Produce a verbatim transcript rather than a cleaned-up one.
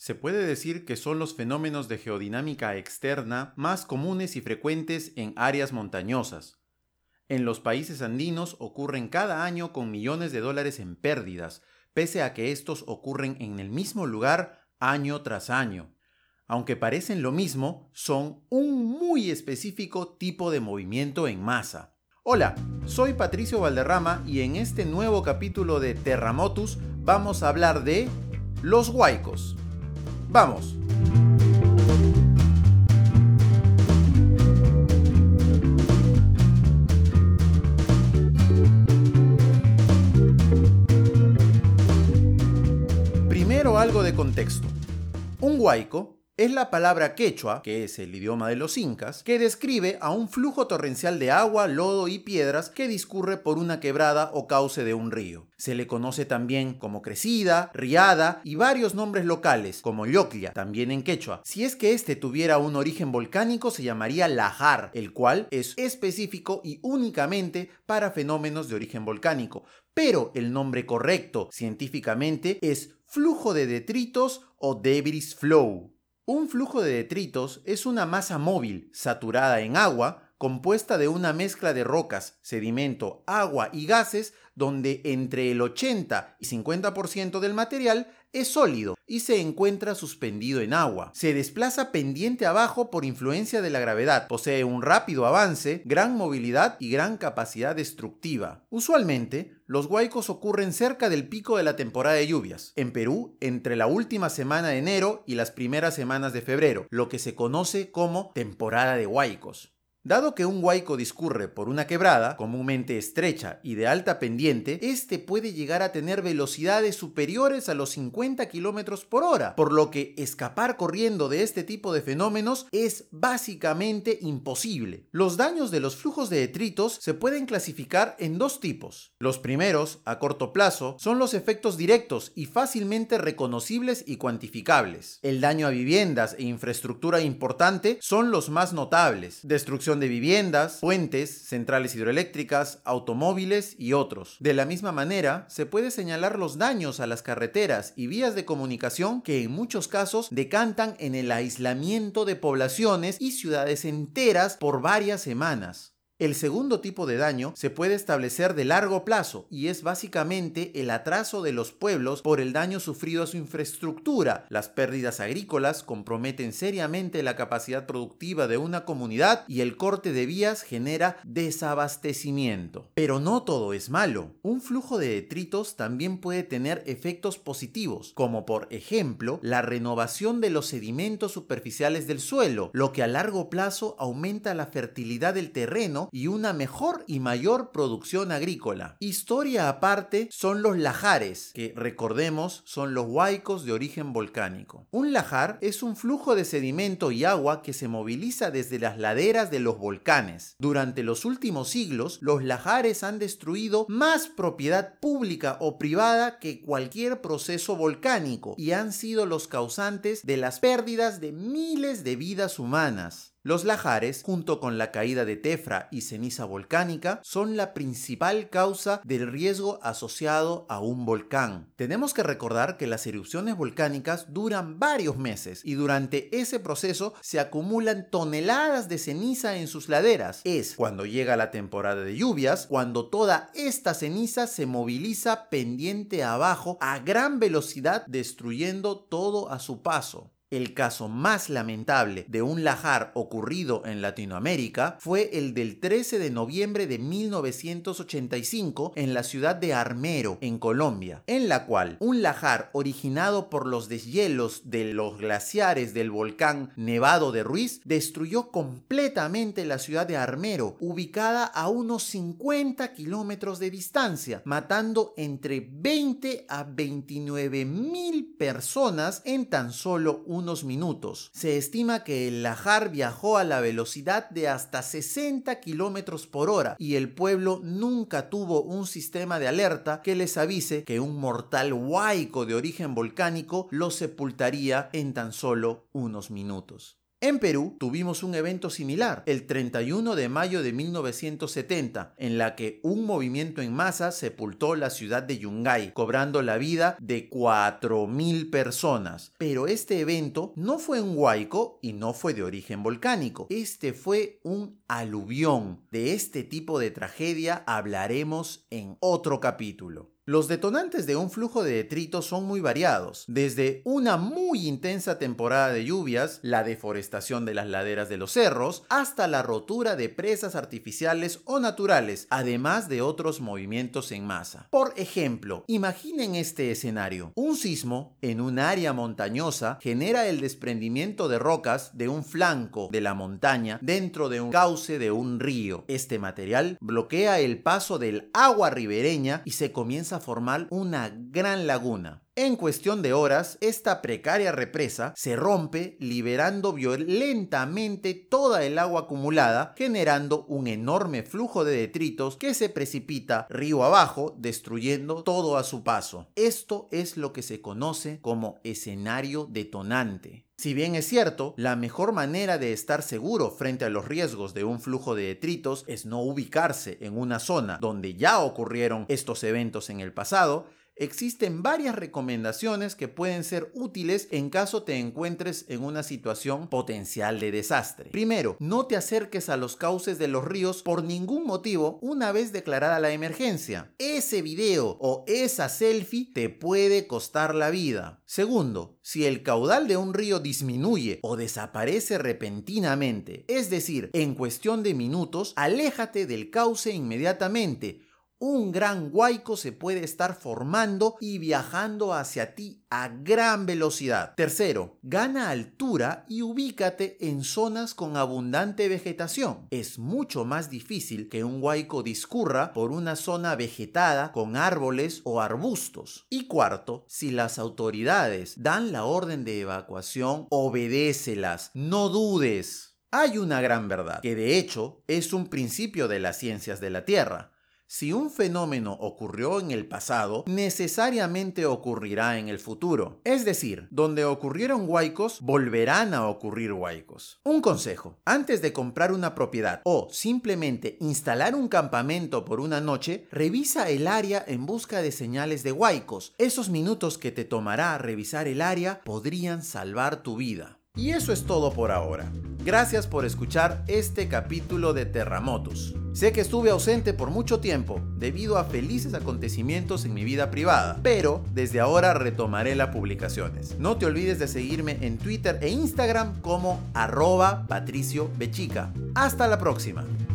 Se puede decir que son los fenómenos de geodinámica externa más comunes y frecuentes en áreas montañosas. En los países andinos ocurren cada año con millones de dólares en pérdidas, pese a que estos ocurren en el mismo lugar año tras año. Aunque parecen lo mismo, son un muy específico tipo de movimiento en masa. Hola, soy Patricio Valderrama y en este nuevo capítulo de Terramotus vamos a hablar de los huaicos. ¡Vamos! Primero algo de contexto. Un huaico es la palabra quechua, que es el idioma de los incas, que describe a un flujo torrencial de agua, lodo y piedras que discurre por una quebrada o cauce de un río. Se le conoce también como crecida, riada y varios nombres locales, como lloclia, también en quechua. Si es que este tuviera un origen volcánico, se llamaría lajar, el cual es específico y únicamente para fenómenos de origen volcánico. Pero el nombre correcto científicamente es flujo de detritos o debris flow. Un flujo de detritos es una masa móvil, saturada en agua, compuesta de una mezcla de rocas, sedimento, agua y gases, donde entre el ochenta y cincuenta por ciento del material es sólido y se encuentra suspendido en agua. Se desplaza pendiente abajo por influencia de la gravedad, posee un rápido avance, gran movilidad y gran capacidad destructiva. Usualmente, los huaicos ocurren cerca del pico de la temporada de lluvias. En Perú, entre la última semana de enero y las primeras semanas de febrero, lo que se conoce como temporada de huaicos. Dado que un huaico discurre por una quebrada, comúnmente estrecha y de alta pendiente, este puede llegar a tener velocidades superiores a los cincuenta kilómetros por hora, por lo que escapar corriendo de este tipo de fenómenos es básicamente imposible. Los daños de los flujos de detritos se pueden clasificar en dos tipos. Los primeros, a corto plazo, son los efectos directos y fácilmente reconocibles y cuantificables. El daño a viviendas e infraestructura importante son los más notables. Destrucción de viviendas, puentes, centrales hidroeléctricas, automóviles y otros. De la misma manera, se puede señalar los daños a las carreteras y vías de comunicación que en muchos casos decantan en el aislamiento de poblaciones y ciudades enteras por varias semanas. El segundo tipo de daño se puede establecer de largo plazo y es básicamente el atraso de los pueblos por el daño sufrido a su infraestructura. Las pérdidas agrícolas comprometen seriamente la capacidad productiva de una comunidad y el corte de vías genera desabastecimiento. Pero no todo es malo. Un flujo de detritos también puede tener efectos positivos, como por ejemplo la renovación de los sedimentos superficiales del suelo, lo que a largo plazo aumenta la fertilidad del terreno y una mejor y mayor producción agrícola. Historia aparte son los lajares, que recordemos son los huaicos de origen volcánico. Un lajar es un flujo de sedimento y agua que se moviliza desde las laderas de los volcanes. Durante los últimos siglos, los lajares han destruido más propiedad pública o privada que cualquier proceso volcánico y han sido los causantes de las pérdidas de miles de vidas humanas. Los lajares, junto con la caída de tefra y ceniza volcánica, son la principal causa del riesgo asociado a un volcán. Tenemos que recordar que las erupciones volcánicas duran varios meses y durante ese proceso se acumulan toneladas de ceniza en sus laderas. Es cuando llega la temporada de lluvias, cuando toda esta ceniza se moviliza pendiente abajo a gran velocidad, destruyendo todo a su paso. El caso más lamentable de un lajar ocurrido en Latinoamérica fue el del trece de noviembre de mil novecientos ochenta y cinco en la ciudad de Armero, en Colombia, en la cual un lajar originado por los deshielos de los glaciares del volcán Nevado de Ruiz destruyó completamente la ciudad de Armero, ubicada a unos cincuenta kilómetros de distancia, matando entre veinte a veintinueve mil personas en tan solo un unos minutos. Se estima que el lajar viajó a la velocidad de hasta sesenta kilómetros por hora y el pueblo nunca tuvo un sistema de alerta que les avise que un mortal huaico de origen volcánico los sepultaría en tan solo unos minutos. En Perú tuvimos un evento similar, el treinta y uno de mayo de mil novecientos setenta, en la que un movimiento en masa sepultó la ciudad de Yungay, cobrando la vida de cuatro mil personas. Pero este evento no fue un huaico y no fue de origen volcánico. Este fue un aluvión. De este tipo de tragedia hablaremos en otro capítulo. Los detonantes de un flujo de detritos son muy variados, desde una muy intensa temporada de lluvias, la deforestación de las laderas de los cerros, hasta la rotura de presas artificiales o naturales, además de otros movimientos en masa. Por ejemplo, imaginen este escenario. Un sismo en un área montañosa genera el desprendimiento de rocas de un flanco de la montaña dentro de un cauce de un río. Este material bloquea el paso del agua ribereña y se comienza a formar una gran laguna. En cuestión de horas, esta precaria represa se rompe, liberando violentamente toda el agua acumulada, generando un enorme flujo de detritos que se precipita río abajo, destruyendo todo a su paso. Esto es lo que se conoce como escenario detonante. Si bien es cierto, la mejor manera de estar seguro frente a los riesgos de un flujo de detritos es no ubicarse en una zona donde ya ocurrieron estos eventos en el pasado. Existen varias recomendaciones que pueden ser útiles en caso te encuentres en una situación potencial de desastre. Primero, no te acerques a los cauces de los ríos por ningún motivo una vez declarada la emergencia. Ese video o esa selfie te puede costar la vida. Segundo, si el caudal de un río disminuye o desaparece repentinamente, es decir, en cuestión de minutos, aléjate del cauce inmediatamente. Un gran huaico se puede estar formando y viajando hacia ti a gran velocidad. Tercero, gana altura y ubícate en zonas con abundante vegetación. Es mucho más difícil que un huaico discurra por una zona vegetada con árboles o arbustos. Y cuarto, si las autoridades dan la orden de evacuación, obedécelas, no dudes. Hay una gran verdad, que de hecho es un principio de las ciencias de la Tierra. Si un fenómeno ocurrió en el pasado, necesariamente ocurrirá en el futuro. Es decir, donde ocurrieron huaicos, volverán a ocurrir huaicos. Un consejo: antes de comprar una propiedad o simplemente instalar un campamento por una noche, revisa el área en busca de señales de huaicos. Esos minutos que te tomará revisar el área podrían salvar tu vida. Y eso es todo por ahora. Gracias por escuchar este capítulo de Terramotus. Sé que estuve ausente por mucho tiempo debido a felices acontecimientos en mi vida privada, pero desde ahora retomaré las publicaciones. No te olvides de seguirme en Twitter e Instagram como arroba patricio bechica. Hasta la próxima.